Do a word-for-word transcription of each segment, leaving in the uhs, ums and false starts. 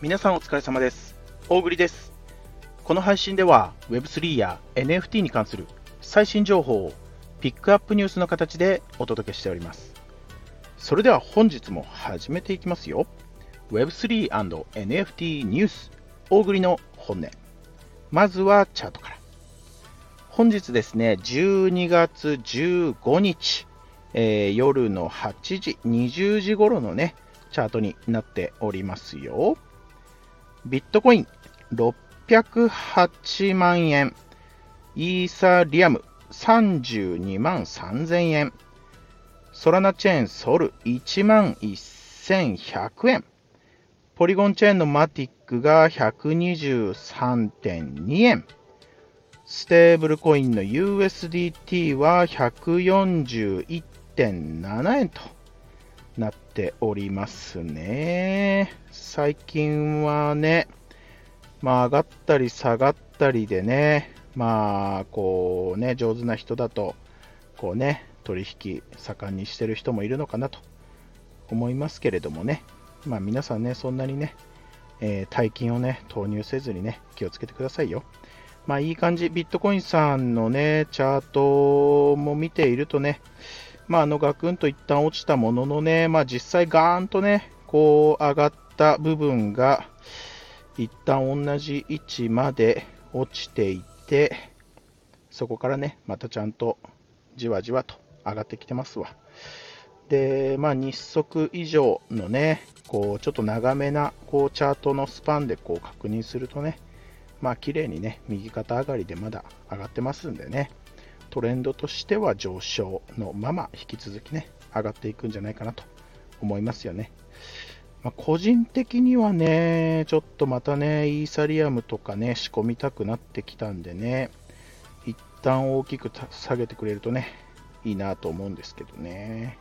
皆さんお疲れ様です。大栗です。この配信では ウェブスリー や エヌエフティー に関する最新情報をピックアップニュースの形でお届けしております。それでは本日も始めていきますよ。ウェブスリー エヌエフティー ニュース大栗の本音。まずはチャートから。本日ですね、じゅうにがつじゅうごにち、えー、夜のはちじ、にじゅうじ頃のね、チャートになっておりますよ。ビットコインろっぴゃくはちまんえん、イーサリアムさんじゅうにまんさんぜんえん、ソラナチェーンソルいちまんせんひゃくえん、ポリゴンチェーンのマティックが ひゃくにじゅうさんてんにえん、ステーブルコインの ユーエスディーティー は ひゃくよんじゅういってんななえんとなっておりますね。最近はね、まあ上がったり下がったりでね、まあこうね、上手な人だとこうね、取引盛んにしてる人もいるのかなと思いますけれどもね、まあ皆さんね、そんなにね、えー、大金をね、投入せずにね、気をつけてくださいよ。まあいい感じ、ビットコインさんのね、チャートも見ているとね、まああのガクンと一旦落ちたもののね、まあ実際ガーンとね、こう上がった部分が、一旦同じ位置まで落ちていて、そこからね、またちゃんとじわじわと上がってきてますわ。で、まあ日足以上のね、こうちょっと長めなこうチャートのスパンでこう確認するとね、まあ綺麗にね、右肩上がりでまだ上がってますんでね、トレンドとしては上昇のまま引き続きね、上がっていくんじゃないかなと思いますよね。まあ、個人的にはね、ちょっとまたね、イーサリアムとかね、仕込みたくなってきたんでね、一旦大きく下げてくれるとね、いいなと思うんですけどね。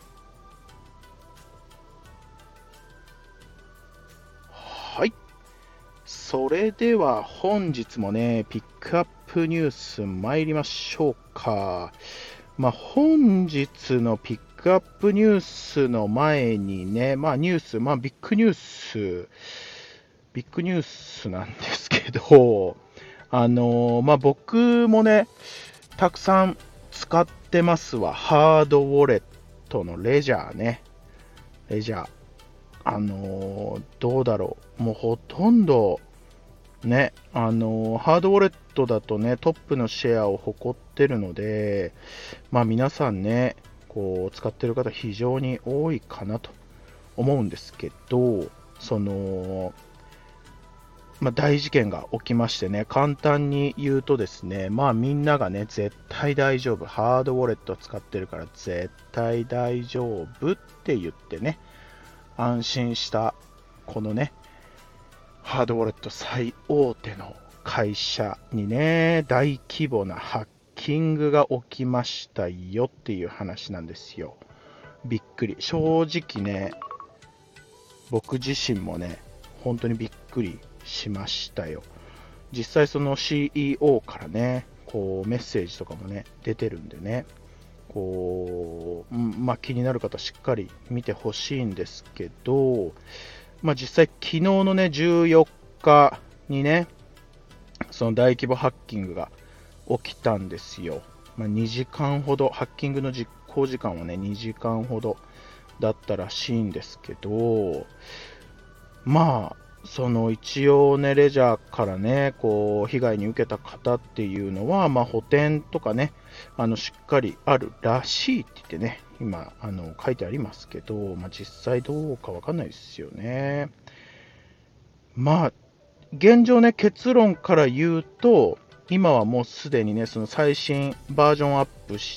はい。それでは本日もね、ピックアップニュース参りましょうか。まあ、本日のピックアップニュースの前にね、まあニュース、まあビッグニュース、ビッグニュースなんですけど、あのー、まあ僕もね、たくさん使ってますわ。ハードウォレットのレジャーね。レジャー。あのー、どうだろう。もうほとんど、ね、あのー、ハードウォレットだとね、トップのシェアを誇ってるので、まあ皆さんね、こう使ってる方非常に多いかなと思うんですけど、その、まあ、大事件が起きましてね、簡単に言うとですね、まあみんながね、絶対大丈夫、ハードウォレット使ってるから絶対大丈夫って言ってね、安心したこのね、ハードウォレット最大手の会社にね、大規模なハッキングが起きましたよっていう話なんですよ。びっくり。正直ね、僕自身もね、本当にびっくりしましたよ。実際その シーイーオー からね、こうメッセージとかもね、出てるんでね、こう、まあ気になる方しっかり見てほしいんですけど、まあ実際昨日のね、じゅうよっかにね、その大規模ハッキングが起きたんですよ。まあ、にじかんほど、ハッキングの実行時間はね、にじかんほどだったらしいんですけど、まあ、その一応ね、レジャーからね、こう、被害に受けた方っていうのは、まあ、補填とかね、あの、しっかりあるらしいって言ってね、今、あの、書いてありますけど、まあ、実際どうかわかんないですよね。まあ、現状ね、結論から言うと、今はもうすでにね、その最新バージョンアップして、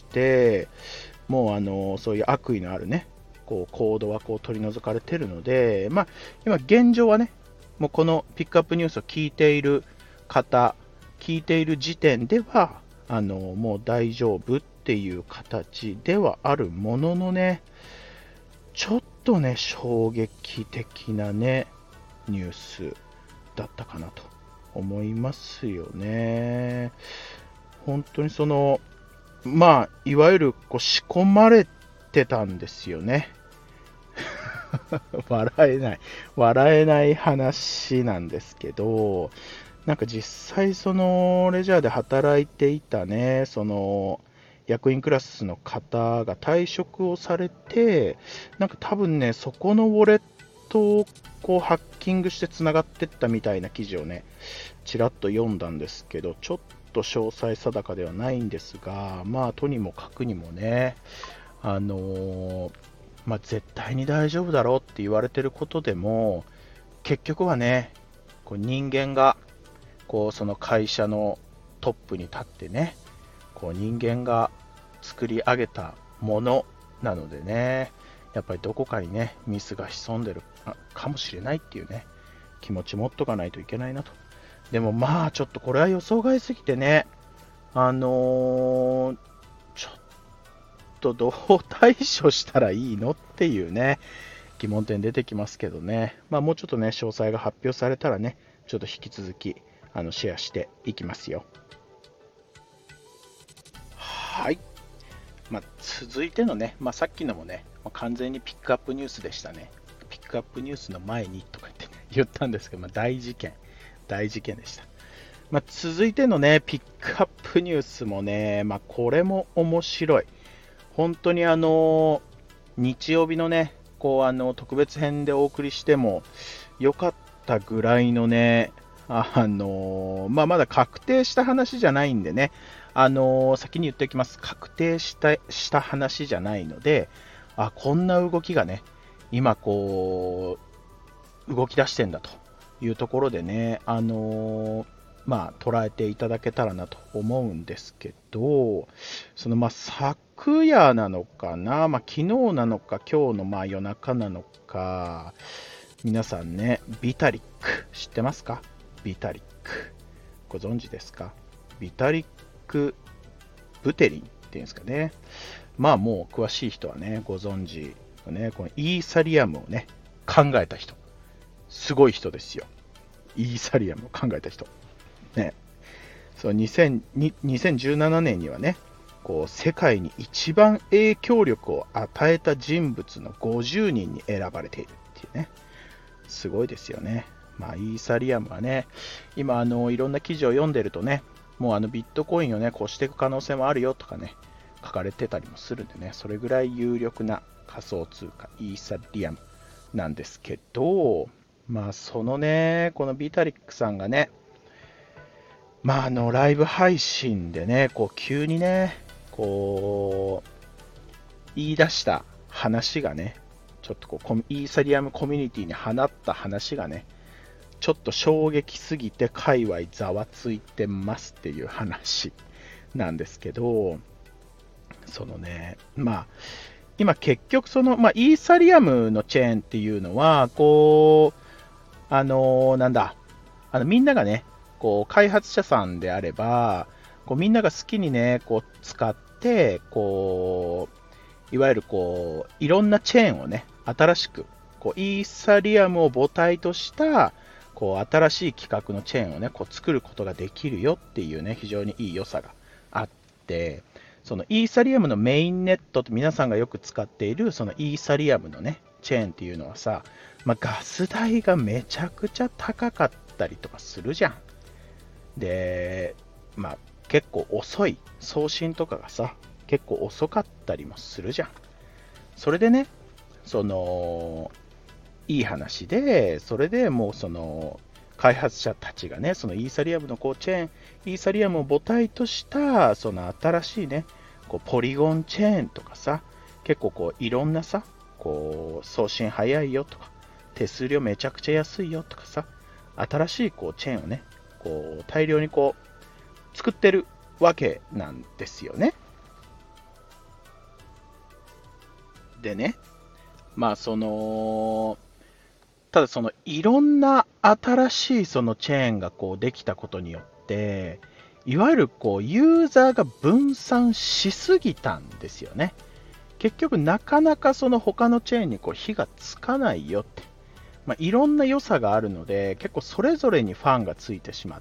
もうあの、そういう悪意のあるね、こう、コードはこう取り除かれてるので、まあ、今現状はね、もうこのピックアップニュースを聞いている方、聞いている時点では、あの、もう大丈夫っていう形ではあるもののね、ちょっとね、衝撃的なね、ニュースだったかなと思いますよね。本当にその、まあ、いわゆるこう仕込まれてたんですよね。 笑えない。笑えない話なんですけど、なんか実際そのレジャーで働いていたね、その役員クラスの方が退職をされて、なんか多分ね、そこのウォレットをこうハッキングしてつながってったみたいな記事をね、ちらっと読んだんですけど、ちょっと詳細定かではないんですが、まあとにもかくにもね、あのーまあ、絶対に大丈夫だろうって言われてることでも、結局はね、こう人間がこうその会社のトップに立ってね、こう人間が作り上げたものなのでね、やっぱりどこかにね、ミスが潜んでるかもしれないっていうね、気持ち持っとかないといけないなと。でもまあ、ちょっとこれは予想外すぎてね、あのーちょっとどう対処したらいいのっていうね、疑問点出てきますけどね、まあ、もうちょっとね、詳細が発表されたらね、ちょっと引き続きあのシェアしていきますよ。はい。まあ、続いてのね、まあ、さっきのもね、まあ、完全にピックアップニュースでしたね。ピックアップニュースの前にとか言って、ね、言ったんですけど、まあ、大事件、大事件でした。まあ、続いてのね、ピックアップニュースもね、まあ、これも面白い。本当にあの、日曜日のね、こうあの特別編でお送りしてもよかったぐらいのね、あのまあ、まだ確定した話じゃないんでね、あの先に言っておきます。確定したした話じゃないので、あ、こんな動きがね、今こう、動き出してんだというところでね、あのまあ、捉えていただけたらなと思うんですけど、そのまあ昨夜なのかな、まあ、昨日なのか、今日のまあ夜中なのか、皆さんね、ビタリック知ってますか？ビタリック。ご存知ですか？ビタリック・ブテリンっていうんですかね。まあもう詳しい人はね、ご存知のね、このイーサリアムをね、考えた人。すごい人ですよ。イーサリアムを考えた人。ね。そうにせんにじゅうななねんにはね、こう世界に一番影響力を与えた人物のごじゅうにんに選ばれているっていうね、すごいですよね。まあ、イーサリアムはね、今あのいろんな記事を読んでるとね、もうあのビットコインをね、越していく可能性もあるよとかね、書かれてたりもするんでね、それぐらい有力な仮想通貨、イーサリアムなんですけど、まあそのね、このビタリックさんがね、まああのライブ配信でね、こう急にね、こう言い出した話がね、ちょっとこうイーサリアムコミュニティに放った話がね、ちょっと衝撃すぎて界隈ざわついてますっていう話なんですけど、そのね、まあ、今結局その、まあ、イーサリアムのチェーンっていうのは、こう、あのーなんだ、あのみんながね、こう開発者さんであれば、こうみんなが好きにね、こう使って、こう、いわゆるこう、いろんなチェーンをね、新しく、こう、イーサリアムを母体とした、こう、新しい規格のチェーンをね、こう、作ることができるよっていうね、非常にいい良さがあって、そのイーサリアムのメインネットって皆さんがよく使っている、そのイーサリアムのね、チェーンっていうのはさ、まあ、ガス代がめちゃくちゃ高かったりとかするじゃん。で、まあ、結構遅い。送信とかがさ、結構遅かったりもするじゃん。それでね、その、いい話で、それでもうその、開発者たちがね、そのイーサリアムのこうチェーン、イーサリアムを母体とした、その新しいね、こうポリゴンチェーンとかさ、結構こういろんなさ、こう送信早いよとか、手数料めちゃくちゃ安いよとかさ、新しいこうチェーンをね、こう大量にこう作ってるわけなんですよね。でね、まあその、ただそのいろんな新しいそのチェーンがこうできたことによって、いわゆるこうユーザーが分散しすぎたんですよね。結局なかなかその他のチェーンにこう火がつかないよって。まあ、いろんな良さがあるので、結構それぞれにファンがついてしまって、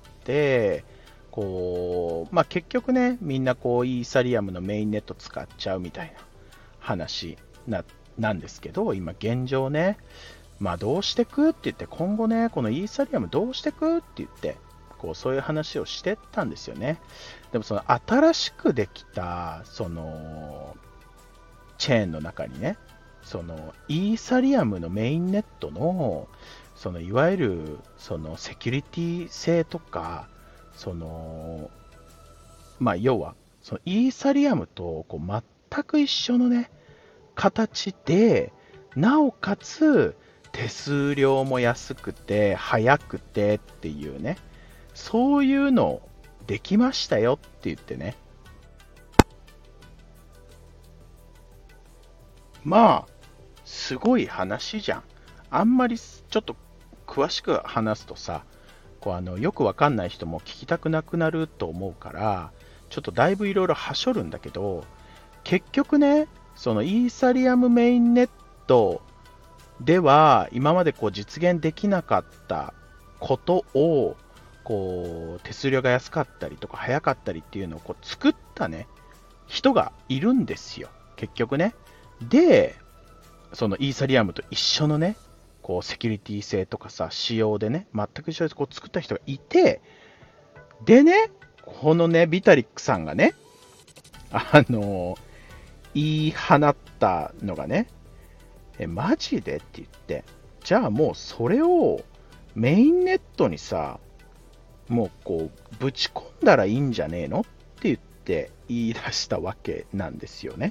こう、まあ、結局ね、みんなこうイーサリアムのメインネット使っちゃうみたいな話になっなんですけど、今現状ね、まあどうしてくって言って、今後ね、このイーサリアムどうしてくって言って、こうそういう話をしてたんですよね。でもその新しくできた、その、チェーンの中にね、そのイーサリアムのメインネットの、そのいわゆるそのセキュリティ性とか、その、まあ要は、そのイーサリアムとこう全く一緒のね、形で、なおかつ手数料も安くて、早くてっていうね、そういうのできましたよって言ってね、まあ、すごい話じゃん。あんまりちょっと詳しく話すとさ、こうあのよくわかんない人も聞きたくなくなると思うから、ちょっとだいぶいろいろはしょるんだけど、結局ね、そのイーサリアムメインネットでは今までこう実現できなかったことを、こう手数料が安かったりとか早かったりっていうのをこう作ったね、人がいるんですよ、結局ね。で、そのイーサリアムと一緒のね、こうセキュリティ性とかさ、仕様でね、全く一緒でこう作った人がいて、でね、このね、ビタリックさんがね、あの言い放ったのがね、え、マジでって言って、じゃあもうそれをメインネットにさ、もうこう、ぶち込んだらいいんじゃねえのって言って言い出したわけなんですよね。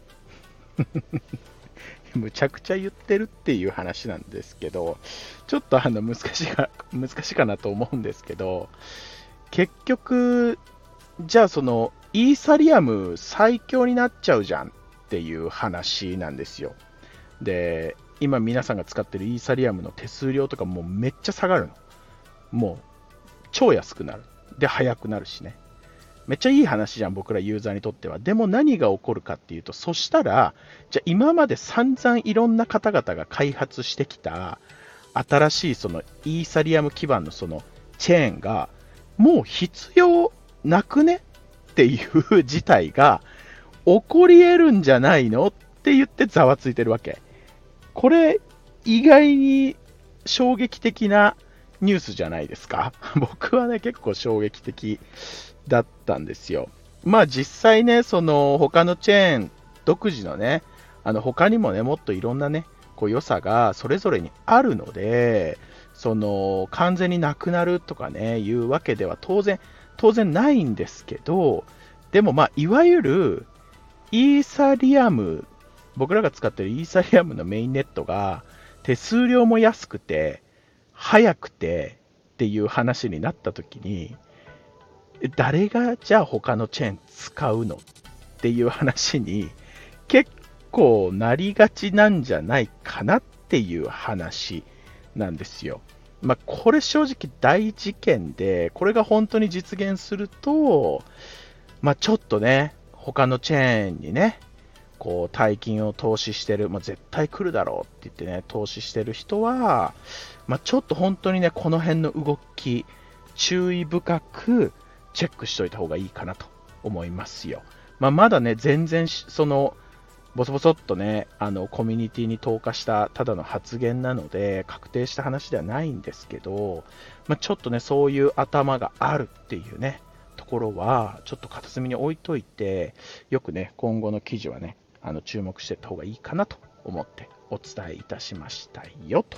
むちゃくちゃ言ってるっていう話なんですけど、ちょっとあの難しいか、難しいかなと思うんですけど、結局、じゃあそのイーサリアム最強になっちゃうじゃんっていう話なんですよ。で、今皆さんが使ってるイーサリアムの手数料とかもうめっちゃ下がるの。もう超安くなる。で、早くなるしね。めっちゃいい話じゃん、僕らユーザーにとっては。でも何が起こるかっていうと、そしたら、じゃあ今まで散々いろんな方々が開発してきた新しいそのイーサリアム基盤のそのチェーンがもう必要なくねっていう事態が起こり得るんじゃないのって言ってざわついてるわけ。これ意外に衝撃的なニュースじゃないですか。僕はね、結構衝撃的だったんですよ。まあ実際ね、その他のチェーン独自のね、あの他にもね、もっといろんなね、こう良さがそれぞれにあるので、その完全になくなるとかね、いうわけでは当然、当然ないんですけど、でもまあ、いわゆるイーサリアム、僕らが使ってるイーサリアムのメインネットが手数料も安くて、早くてっていう話になった時に、誰がじゃあ他のチェーン使うのっていう話に結構なりがちなんじゃないかなっていう話なんですよ。まあ、これ正直大事件で、これが本当に実現すると、まあ、ちょっとね、他のチェーンにね、こう大金を投資してる、まあ、絶対来るだろうって言ってね、投資してる人は、まあ、ちょっと本当にね、この辺の動き、注意深くチェックしといた方がいいかなと思いますよ。まあ、まだね、全然その、ボソボソっとね、あのコミュニティに投下したただの発言なので、確定した話ではないんですけど、まあ、ちょっとね、そういう頭があるっていうね、ところは、ちょっと片隅に置いといて、よくね、今後の記事はね、あの注目していった方がいいかなと思ってお伝えいたしましたよと。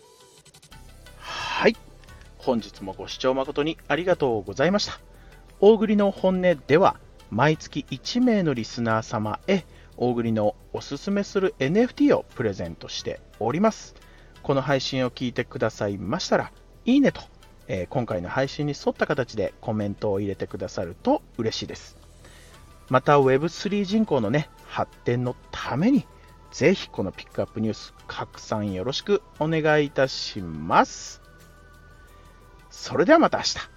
はい。本日もご視聴誠にありがとうございました。大栗の本音では、毎月いち名のリスナー様へ、大栗のおすすめする エヌエフティー をプレゼントしております。この配信を聞いてくださいましたら、いいねと、えー、今回の配信に沿った形でコメントを入れてくださると嬉しいです。また ウェブスリー 人口のね、発展のために、ぜひこのピックアップニュース拡散よろしくお願いいたします。それではまた明日。